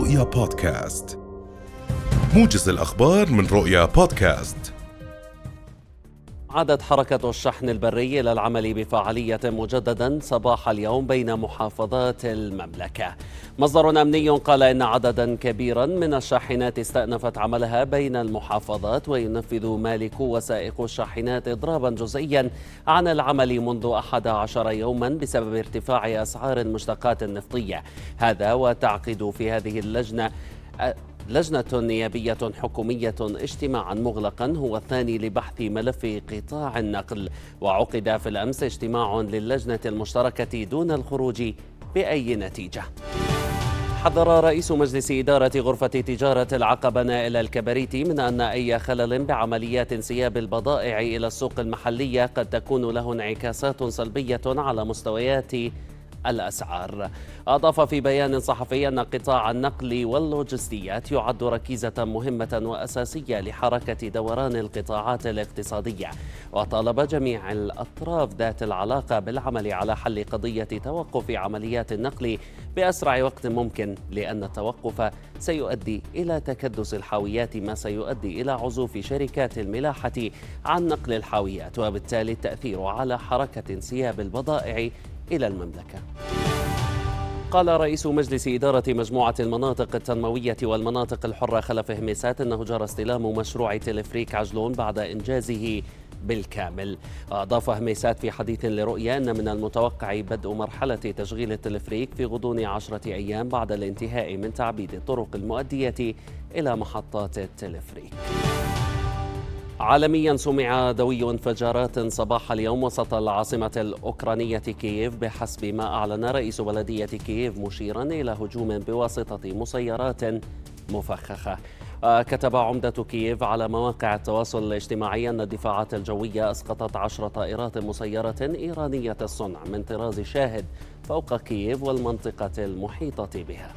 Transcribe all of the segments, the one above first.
رؤيا بودكاست، موجز الأخبار من رؤيا بودكاست. عادت حركة الشحن البري إلى العمل بفعالية مجددا صباح اليوم بين محافظات المملكة. مصدر أمني قال إن عددا كبيرا من الشاحنات استأنفت عملها بين المحافظات، وينفذ مالكو وسائق الشاحنات إضرابا جزئيا عن العمل منذ 11 يوما بسبب ارتفاع أسعار المشتقات النفطية. هذا وتعقد في هذه لجنة نيابية حكومية اجتماعا مغلقا هو الثاني لبحث ملف قطاع النقل. وعقد في الأمس اجتماع للجنة المشتركة دون الخروج بأي نتيجة. حذر رئيس مجلس إدارة غرفة تجارة العقبة نائل الكبريتي من أن أي خلل بعمليات انسياب البضائع إلى السوق المحلية قد تكون له انعكاسات سلبية على مستويات الأسعار. أضاف في بيان صحفي أن قطاع النقل واللوجستيات يعد ركيزة مهمة وأساسية لحركة دوران القطاعات الاقتصادية، وطالب جميع الأطراف ذات العلاقة بالعمل على حل قضية توقف عمليات النقل بأسرع وقت ممكن، لأن التوقف سيؤدي إلى تكدس الحاويات، ما سيؤدي إلى عزوف شركات الملاحة عن نقل الحاويات، وبالتالي التأثير على حركة انسياب البضائع إلى المملكة. قال رئيس مجلس إدارة مجموعة المناطق التنموية والمناطق الحرة خلف هرميسات أنه جرى استلام مشروع تلفريك عجلون بعد إنجازه بالكامل. أضاف هرميسات في حديث لرؤيا أن من المتوقع بدء مرحلة تشغيل التلفريك في غضون 10 أيام بعد الانتهاء من تعبيد الطرق المؤدية إلى محطات التلفريك. عالميا سمع دوي انفجارات صباح اليوم وسط العاصمة الأوكرانية كييف بحسب ما أعلن رئيس بلدية كييف، مشيرا إلى هجوم بواسطة مسيرات مفخخة. كتب عمدة كييف على مواقع التواصل الاجتماعي أن الدفاعات الجوية أسقطت 10 طائرات مسيرة إيرانية الصنع من طراز شاهد فوق كييف والمنطقة المحيطة بها.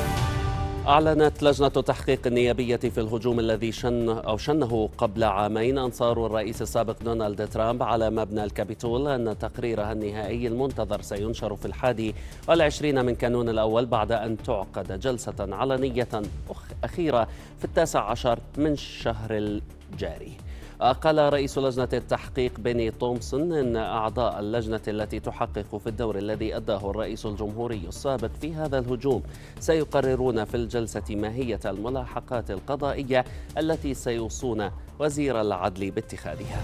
أعلنت لجنة التحقيق النيابية في الهجوم الذي شنه قبل عامين أنصار الرئيس السابق دونالد ترامب على مبنى الكابيتول أن تقريرها النهائي المنتظر سينشر في 21 من كانون الأول بعد أن تعقد جلسة علنية أخيرة في 19 من الشهر الجاري. قال رئيس لجنة التحقيق بيني تومسون إن أعضاء اللجنة التي تحقق في الدور الذي أداه الرئيس الجمهوري السابق في هذا الهجوم سيقررون في الجلسة ماهية الملاحقات القضائية التي سيوصون وزير العدل باتخاذها.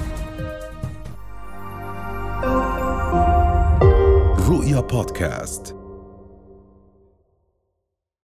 رؤيا بودكاست.